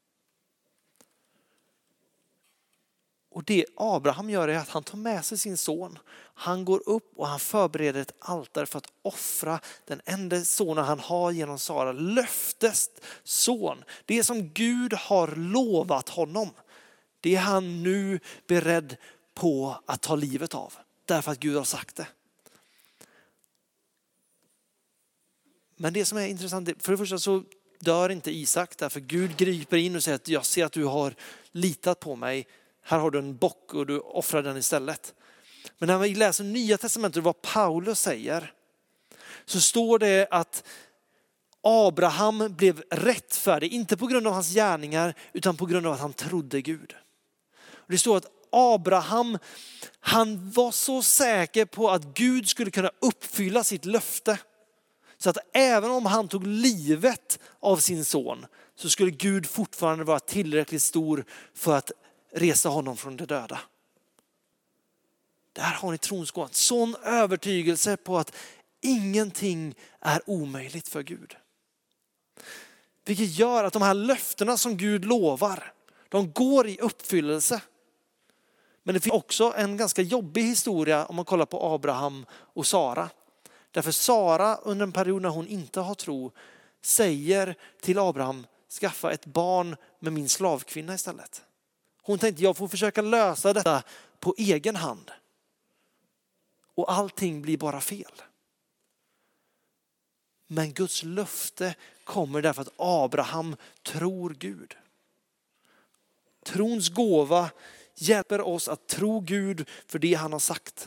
Och det Abraham gör är att han tar med sig sin son. Han går upp och han förbereder ett altare för att offra den enda sonen han har genom Sara. Löftets son. Det som Gud har lovat honom. Det är han nu beredd på att ta livet av. Därför att Gud har sagt det. Men det som är intressant, för det första så dör inte Isak. Därför Gud griper in och säger att jag ser att du har litat på mig. Här har du en bock och du offrar den istället. Men när vi läser Nya testamentet vad Paulus säger, så står det att Abraham blev rättfärdig, inte på grund av hans gärningar utan på grund av att han trodde Gud. Och det står att Abraham, han var så säker på att Gud skulle kunna uppfylla sitt löfte. Så att även om han tog livet av sin son så skulle Gud fortfarande vara tillräckligt stor för att resa honom från de döda. Där har ni trons gåva. Sån övertygelse på att ingenting är omöjligt för Gud. Vilket gör att de här löftena som Gud lovar, de går i uppfyllelse. Men det finns också en ganska jobbig historia om man kollar på Abraham och Sara. Därför Sara under en period när hon inte har tro säger till Abraham, skaffa ett barn med min slavkvinna istället. Hon tänkte, jag får försöka lösa detta på egen hand. Och allting blir bara fel. Men Guds löfte kommer därför att Abraham tror Gud. Trons gåva hjälper oss att tro Gud för det han har sagt.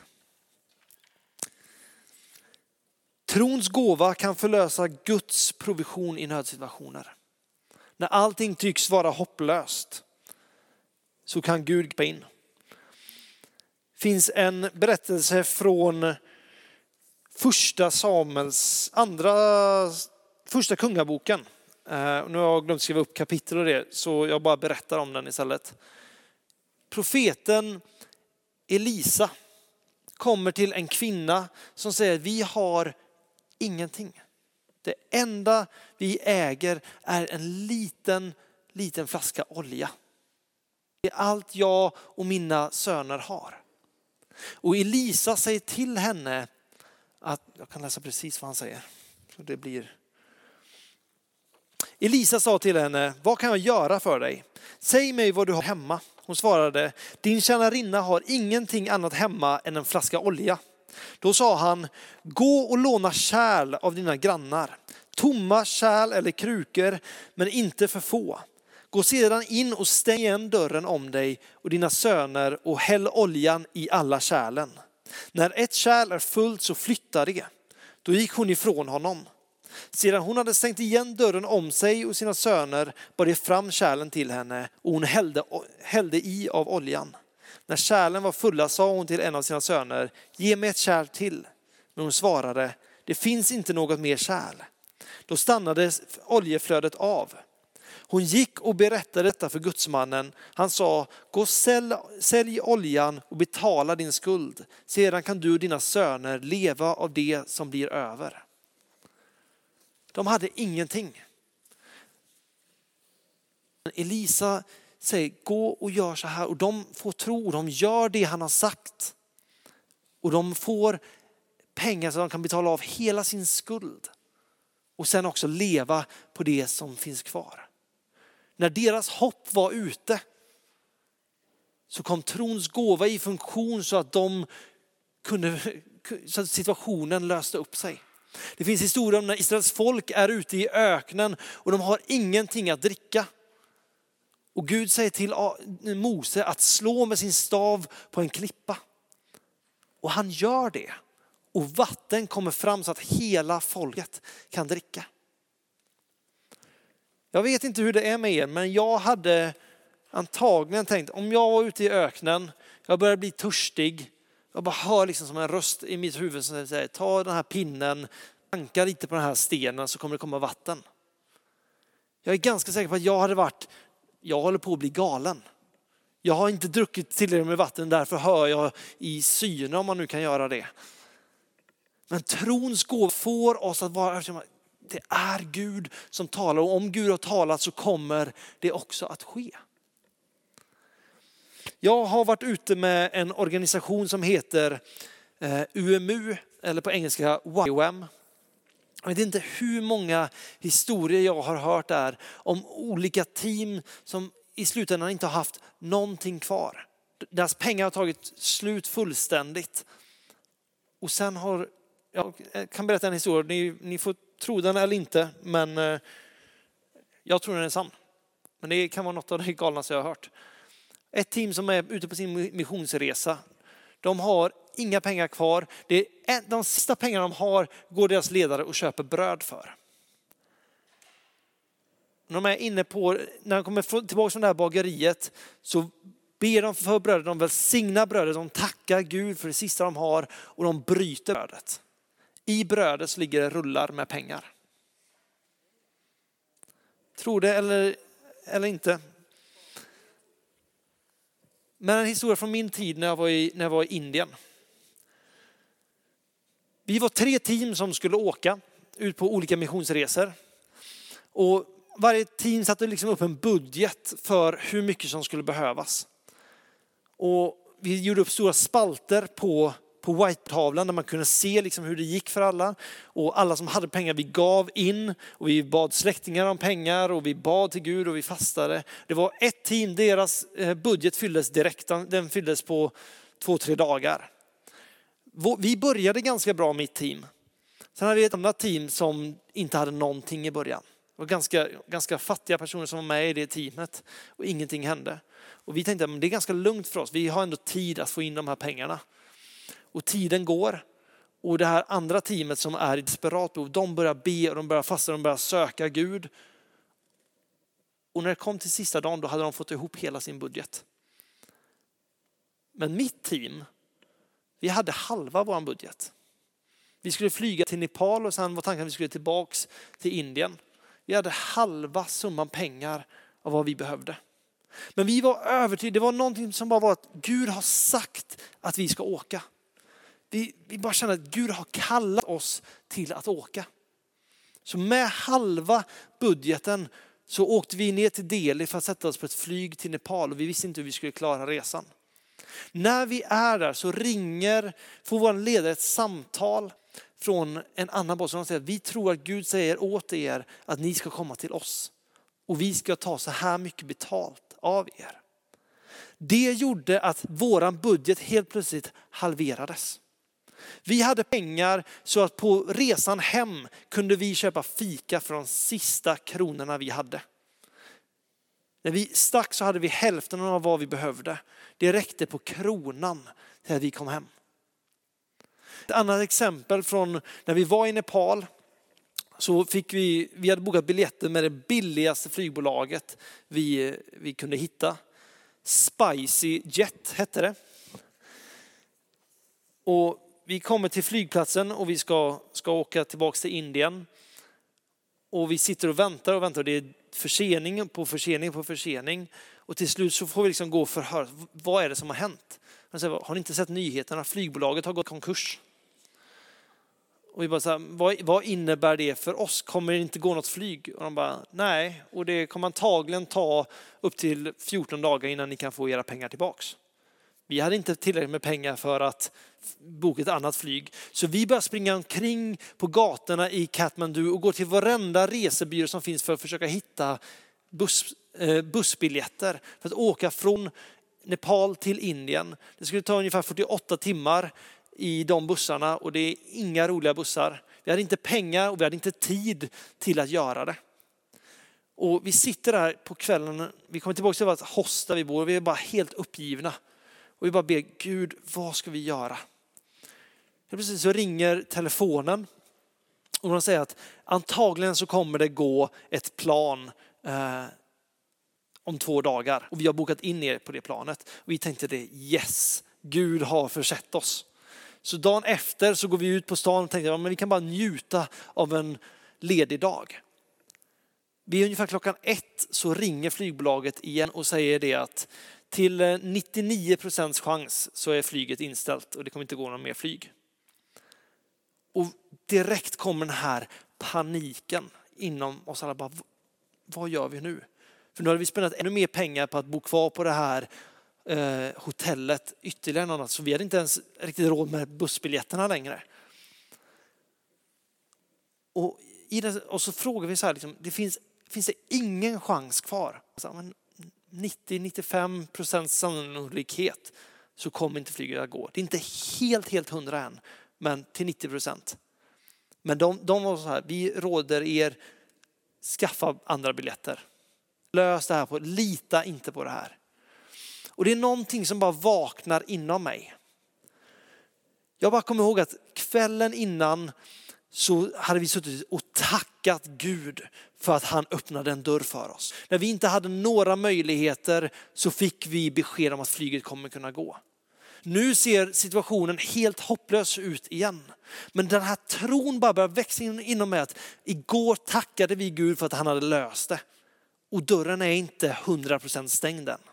Trons gåva kan förlösa Guds provision i nödsituationer. När allting tycks vara hopplöst så kan Gud gripa in. Det finns en berättelse från första kungaboken. Nu har jag glömt skriva upp kapitel och det, så jag bara berättar om den istället. Profeten Elisa kommer till en kvinna som säger: vi har ingenting. Det enda vi äger är en liten flaska olja. Det är allt jag och mina söner har. Och Elisa säger till henne att, jag kan läsa precis vad han säger. Så det blir. Elisa sa till henne: vad kan jag göra för dig? Säg mig vad du har hemma. Hon svarade: din tjänarinna har ingenting annat hemma än en flaska olja. Då sa han: gå och låna kärl av dina grannar. Tomma kärl eller krukor, men inte för få. Gå sedan in och stäng igen dörren om dig och dina söner och häll oljan i alla kärlen. När ett kärl är fullt så flytta det. Då gick hon ifrån honom. Sedan hon hade stängt igen dörren om sig och sina söner bar det fram kärlen till henne och hon hällde i av oljan. När kärlen var fulla sa hon till en av sina söner: ge mig ett kärl till. Men hon svarade: det finns inte något mer kärl. Då stannade oljeflödet av. Hon gick och berättade detta för gudsmannen. Han sa: gå sälj oljan och betala din skuld. Sedan kan du och dina söner leva av det som blir över. De hade ingenting. Elisa säger: gå och gör så här. Och de får tro och de gör det han har sagt. Och de får pengar så de kan betala av hela sin skuld. Och sen också leva på det som finns kvar. När deras hopp var ute så kom trons gåva i funktion så att så att situationen löste upp sig. Det finns historier om när Israels folk är ute i öknen och de har ingenting att dricka. Och Gud säger till Mose att slå med sin stav på en klippa. Och han gör det. Och vatten kommer fram så att hela folket kan dricka. Jag vet inte hur det är med er, men jag hade antagligen tänkt, om jag var ute i öknen, jag började bli törstig. Jag bara hör liksom som en röst i mitt huvud som säger: ta den här pinnen, banka lite på den här stenen så kommer det komma vatten. Jag är ganska säker på att jag håller på att bli galen. Jag har inte druckit tillräckligt med vatten, därför hör jag i synen, om man nu kan göra det. Men trons gåva får oss att vara, det är Gud som talar, och om Gud har talat så kommer det också att ske. Jag har varit ute med en organisation som heter UMU, eller på engelska YWAM. Jag vet inte hur många historier jag har hört där om olika team som i slutändan inte har haft någonting kvar. Deras pengar har tagit slut fullständigt. Och sen jag kan berätta en historia, ni får tro den eller inte, men jag tror den är sann. Men det kan vara något av det galnaste jag har hört. Ett team som är ute på sin missionsresa, de har inga pengar kvar. De sista pengarna de har går deras ledare och köper bröd för. När de kommer tillbaka från det här bageriet så ber de för brödet, de välsignar brödet, de tackar Gud för det sista de har och de bryter brödet. I brödet så ligger det rullar med pengar. Tror det eller inte. Men en historia från min tid när jag var i Indien. Vi var 3 team som skulle åka ut på olika missionsresor. Och varje team satte liksom upp en budget för hur mycket som skulle behövas. Och vi gjorde upp stora spalter på white-tavlan där man kunde se liksom hur det gick för alla. Och alla som hade pengar, vi gav in och vi bad släktingar om pengar och vi bad till Gud och vi fastade. Det var ett team, deras budget fylldes direkt, den fylldes på 2-3 dagar. Vi började ganska bra med ett team. Sen hade vi ett annat team som inte hade någonting i början. Det var ganska fattiga personer som var med i det teamet och ingenting hände. Och vi tänkte att det är ganska lugnt för oss, vi har ändå tid att få in de här pengarna. Och tiden går och det här andra teamet som är i desperat behov, de börjar be och de börjar fasta, de börjar söka Gud. Och när det kom till sista dagen då hade de fått ihop hela sin budget. Men mitt team, vi hade halva vår budget. Vi skulle flyga till Nepal och sen var tanken att vi skulle tillbaks till Indien. Vi hade halva summan pengar av vad vi behövde. Men vi var övertygade, det var någonting som bara var att Gud har sagt att vi ska åka. Vi bara kände att Gud har kallat oss till att åka. Så med halva budgeten så åkte vi ner till Delhi för att sätta oss på ett flyg till Nepal och vi visste inte hur vi skulle klara resan. När vi är där så får vår ledare ett samtal från en annan boss som säger att vi tror att Gud säger åt er att ni ska komma till oss. Och vi ska ta så här mycket betalt av er. Det gjorde att våran budget helt plötsligt halverades. Vi hade pengar så att på resan hem kunde vi köpa fika för de sista kronorna vi hade. När vi stack så hade vi hälften av vad vi behövde. Det räckte på kronan till att vi kom hem. Ett annat exempel från när vi var i Nepal så fick vi hade bokat biljetter med det billigaste flygbolaget vi kunde hitta. Spicy Jet hette det. Och vi kommer till flygplatsen och vi ska åka tillbaka till Indien. Och vi sitter och väntar. Det är försening på försening. Och till slut så får vi liksom gå och förhöra. Vad är det som har hänt? Har ni inte sett nyheterna? Flygbolaget har gått konkurs. Och vi bara så här, vad innebär det för oss? Kommer det inte gå något flyg? Och de bara, nej. Och det kommer antagligen ta upp till 14 dagar innan ni kan få era pengar tillbaks. Vi hade inte tillräckligt med pengar för att boka ett annat flyg. Så vi började springa omkring på gatorna i Kathmandu och gå till varenda resebyrå som finns för att försöka hitta bussbiljetter. För att åka från Nepal till Indien. Det skulle ta ungefär 48 timmar i de bussarna och det är inga roliga bussar. Vi hade inte pengar och vi hade inte tid till att göra det. Och vi sitter där på kvällen, vi kommer tillbaka till vårt hostel vi bor och vi är bara helt uppgivna. Och vi bara ber Gud, vad ska vi göra? Precis så ringer telefonen och de säger att antagligen så kommer det gå ett plan om 2 dagar. Och vi har bokat in er på det planet. Och vi tänkte det, yes, Gud har försett oss. Så dagen efter så går vi ut på stan och tänkte men vi kan bara njuta av en ledig dag. Vid ungefär klockan 1 så ringer flygbolaget igen och säger det att till 99% chans så är flyget inställt och det kommer inte gå någon mer flyg. Och direkt kommer den här paniken inom oss alla. Bara, vad gör vi nu? För nu har vi spenderat ännu mer pengar på att bo kvar på det här hotellet ytterligare något. Så vi hade inte ens riktigt råd med bussbiljetterna längre. Och så frågar vi så här, liksom, finns det ingen chans kvar? Alltså, men 90-95% sannolikhet så kommer inte flyget att gå. Det är inte helt 100 än, men till 90%. Men de var så här, vi råder er skaffa andra biljetter. Lös det här lita inte på det här. Och det är någonting som bara vaknar inom mig. Jag bara kommer ihåg att kvällen innan så hade vi suttit och tackat Gud för att han öppnade en dörr för oss. När vi inte hade några möjligheter så fick vi besked om att flyget kommer kunna gå. Nu ser situationen helt hopplös ut igen. Men den här tron bara börjar växa inom mig att igår tackade vi Gud för att han hade löst det. Och dörren är inte 100% stängd än.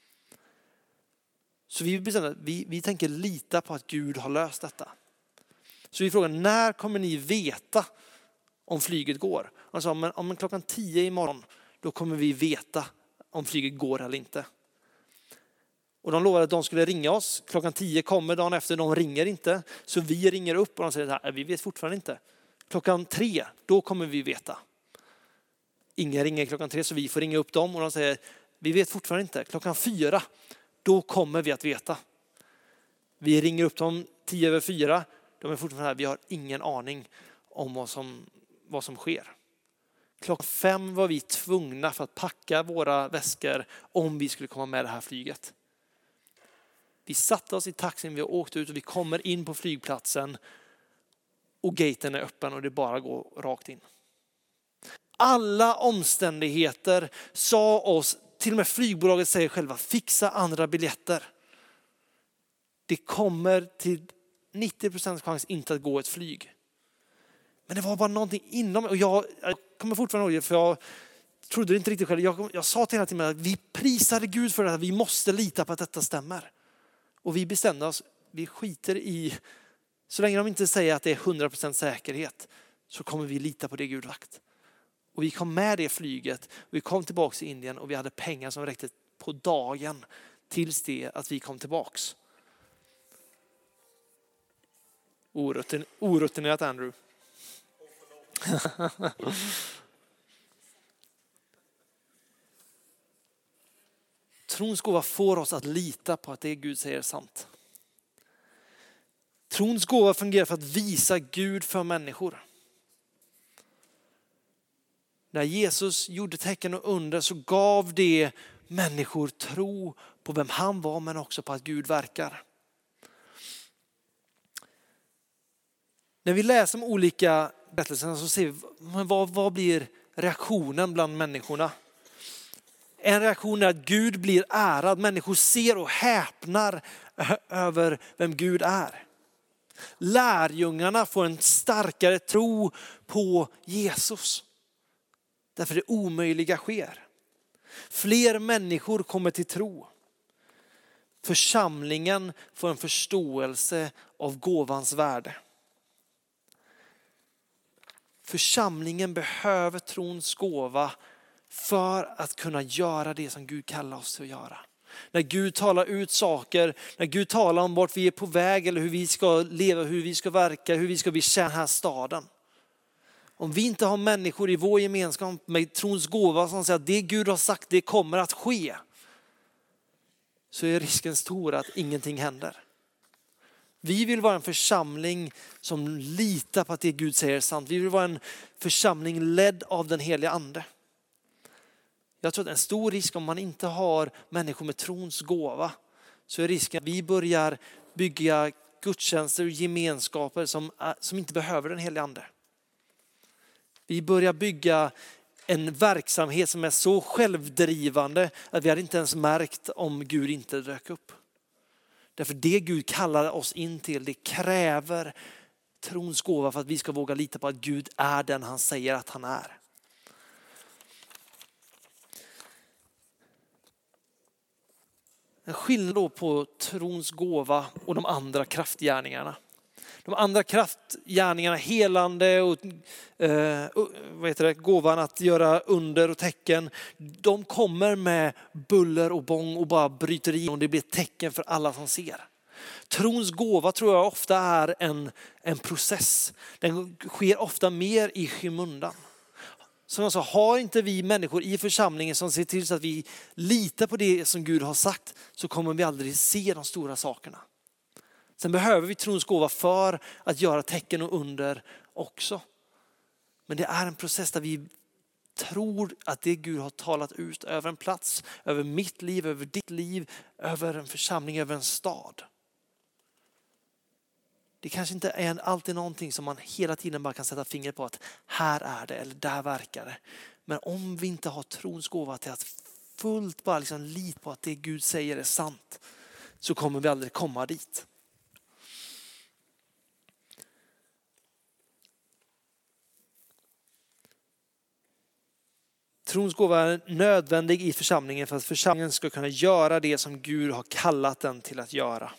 Så vi bestämde att vi tänker lita på att Gud har löst detta. Så vi frågar, när kommer ni veta om flyget går? Han sa, men om klockan 10 imorgon, då kommer vi veta om flyget går eller inte. Och de lovade att de skulle ringa oss. Klockan 10 kommer dagen efter, de ringer inte. Så vi ringer upp och de säger, här, vi vet fortfarande inte. Klockan 3, då kommer vi veta. Ingen ringer klockan 3 så vi får ringa upp dem och de säger, vi vet fortfarande inte. Klockan 4, då kommer vi att veta. Vi ringer upp dem 4:10. De är fortfarande här, vi har ingen aning om vad som sker. Klockan 5 var vi tvungna för att packa våra väskor om vi skulle komma med det här flyget. Vi satte oss i taxin, vi åkte ut och vi kommer in på flygplatsen och gaten är öppen och det bara går rakt in. Alla omständigheter sa oss, till och med flygbolaget säger själva, fixa andra biljetter. Det kommer till 90% chans inte att gå ett flyg. Men det var bara någonting inom mig. Och jag kommer fortfarande ihåg det, för jag trodde inte riktigt själv. Jag sa till hela tiden att vi prisade Gud för det här. Vi måste lita på att detta stämmer. Och vi bestämde oss, vi skiter i, så länge de inte säger att det är 100% säkerhet, så kommer vi lita på det Gud lagt. Och vi kom med det flyget. Och vi kom tillbaka till Indien och vi hade pengar som räckte på dagen tills det att vi kom tillbaks. Orutinerat Andrew. Trons gåva får oss att lita på att det Gud säger är sant. Trons gåva fungerar för att visa Gud för människor. När Jesus gjorde tecken och under så gav det människor tro på vem han var, men också på att Gud verkar. När vi läser om olika berättelser så ser vi vad blir reaktionen bland människorna. En reaktion är att Gud blir ärad. Människor ser och häpnar över vem Gud är. Lärjungarna får en starkare tro på Jesus. Därför det omöjliga sker. Fler människor kommer till tro. Församlingen får en förståelse av gåvans värde. Församlingen behöver trons gåva för att kunna göra det som Gud kallar oss till att göra. När Gud talar ut saker, när Gud talar om vart vi är på väg eller hur vi ska leva, hur vi ska verka, hur vi ska betjäna den här staden. Om vi inte har människor i vår gemenskap med trons gåva som säger att det Gud har sagt, det kommer att ske, så är risken stor att ingenting händer. Vi vill vara en församling som litar på att det Gud säger är sant. Vi vill vara en församling ledd av den heliga ande. Jag tror att en stor risk om man inte har människor med trons gåva, så är risken att vi börjar bygga gudstjänster och gemenskaper som inte behöver den heliga ande. Vi börjar bygga en verksamhet som är så självdrivande att vi hade inte ens märkt om Gud inte dök upp. Därför det Gud kallar oss in till, det kräver trons gåva för att vi ska våga lita på att Gud är den han säger att han är. En skillnad då på trons gåva och de andra kraftgärningarna. De andra kraftgärningarna, helande och gåvan att göra under och tecken, de kommer med buller och bång och bara bryter igenom. Det blir ett tecken för alla som ser. Trons gåva tror jag ofta är en process. Den sker ofta mer i skymundan. Som jag sa, har inte vi människor i församlingen som ser till så att vi litar på det som Gud har sagt, så kommer vi aldrig se de stora sakerna. Sen behöver vi trons gåva för att göra tecken och under också. Men det är en process där vi tror att det Gud har talat ut över en plats, över mitt liv, över ditt liv, över en församling, över en stad. Det kanske inte är alltid någonting som man hela tiden bara kan sätta fingret på att här är det eller där verkar det. Men om vi inte har trons gåva till att fullt bara liksom lita på att det Gud säger är sant, så kommer vi aldrig komma dit. Trons gåva är nödvändig i församlingen för att församlingen ska kunna göra det som Gud har kallat den till att göra.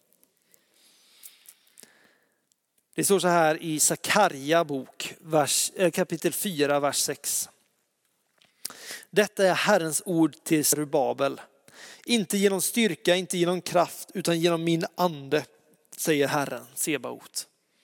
Det står så här i Sakarja bok, kapitel 4, vers 6. Detta är Herrens ord till Zerubabel. Inte genom styrka, inte genom kraft, utan genom min ande, säger Herren, Sebaot.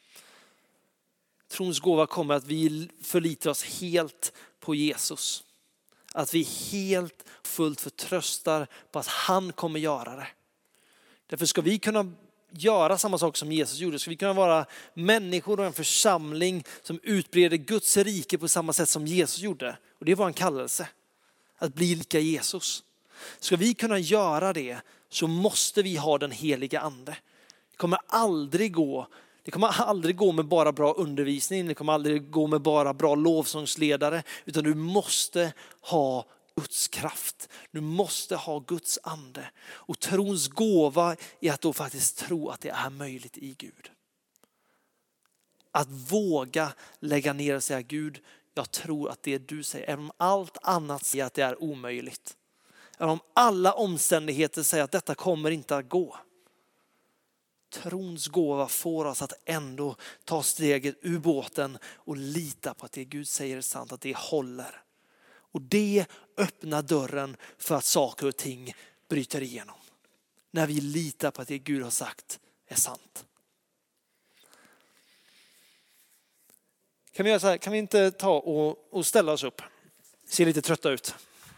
Trons gåva kommer att vi förlitar oss helt på Jesus. Att vi helt fullt förtröstar på att han kommer göra det. Därför ska vi kunna göra samma sak som Jesus gjorde. Ska vi kunna vara människor och en församling som utbreder Guds rike på samma sätt som Jesus gjorde. Och det var en kallelse. Att bli lika Jesus. Ska vi kunna göra det, så måste vi ha den heliga ande. Det kommer aldrig gå med bara bra undervisning. Det kommer aldrig gå med bara bra lovsångsledare. Utan du måste ha Guds kraft. Du måste ha Guds ande. Och trons gåva är att då faktiskt tro att det är möjligt i Gud. Att våga lägga ner och säga Gud, jag tror att det du säger, även om allt annat säger att det är omöjligt. Även om alla omständigheter säger att detta kommer inte att gå. Trons gåva får oss att ändå ta steget ur båten och lita på att det Gud säger är sant, att det håller. Och det öppnar dörren för att saker och ting bryter igenom. När vi litar på att det Gud har sagt är sant. Kan vi göra så här? Kan vi inte ta och ställa oss upp? Ser lite trötta ut.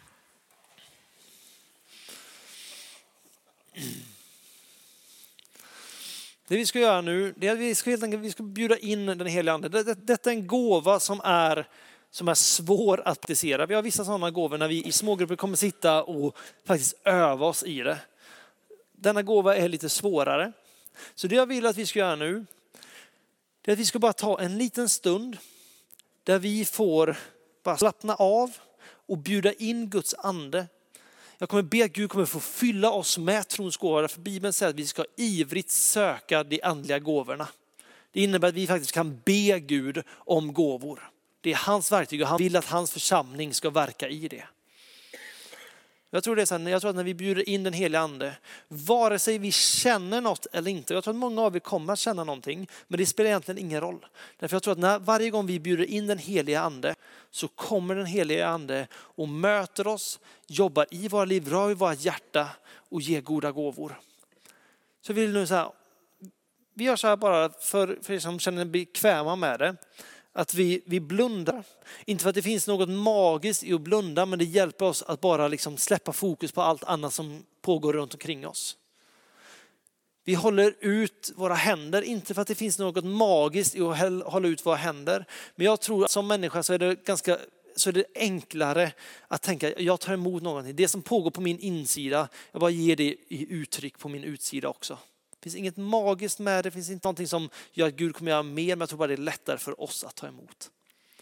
Det vi ska göra nu, det är att vi ska bjuda in den heliga ande. Detta är en gåva som är svår att praktisera. Vi har vissa sådana gåvor när vi i smågrupper kommer sitta och faktiskt öva oss i det. Denna gåva är lite svårare. Så det jag vill att vi ska göra nu, det är att vi ska bara ta en liten stund där vi får bara slappna av och bjuda in Guds ande. Jag kommer be att Gud kommer få fylla oss med trons gåvor. För Bibeln säger att vi ska ivrigt söka de andliga gåvorna. Det innebär att vi faktiskt kan be Gud om gåvor. Det är hans verktyg och han vill att hans församling ska verka i det. Jag tror att när vi bjuder in den heliga ande, vare sig vi känner något eller inte. Jag tror att många av er kommer att känna någonting, men det spelar egentligen ingen roll. Därför jag tror att varje gång vi bjuder in den heliga ande så kommer den heliga ande och möter oss, jobbar i våra liv, rör i våra hjärta och ger goda gåvor. Så vi vill nu säga, vi gör så här bara för er som känner bekväma med det. Att vi blundar. Inte för att det finns något magiskt i att blunda, men det hjälper oss att bara liksom släppa fokus på allt annat som pågår runt omkring oss. Vi håller ut våra händer, inte för att det finns något magiskt i att hålla ut våra händer. Men jag tror att som människa så är det enklare att tänka, jag tar emot någonting. Det som pågår på min insida, jag bara ger det i uttryck på min utsida också. Det finns inget magiskt med det, det finns inte någonting som gör att Gud kommer göra mer, men jag tror bara det är lättare för oss att ta emot.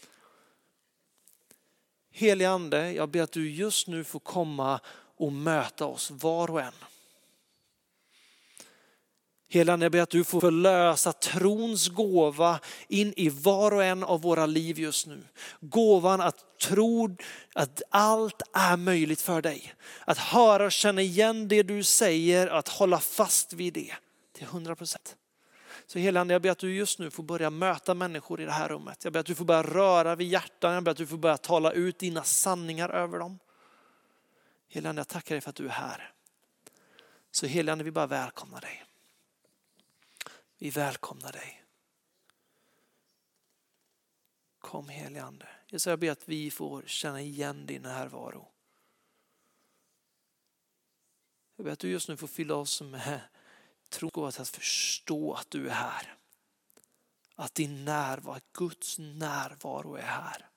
Helige ande, jag ber att du just nu får komma och möta oss var och en. Helige ande, jag ber att du får förlösa trons gåva in i var och en av våra liv just nu. Gåvan att tro att allt är möjligt för dig. Att höra och känna igen det du säger, att hålla fast vid det till 100%. Så helige ande, jag ber att du just nu får börja möta människor i det här rummet. Jag ber att du får börja röra vid hjärtan. Jag ber att du får börja tala ut dina sanningar över dem. Helige ande, jag tackar dig för att du är här. Så helige ande, vi bara välkomnar dig. Vi välkomnar dig. Kom helige ande. Jag ber att vi får känna igen din närvaro. Jag ber att du just nu får fylla oss med tro att förstå att du är här. Att din närvaro, Guds närvaro är här.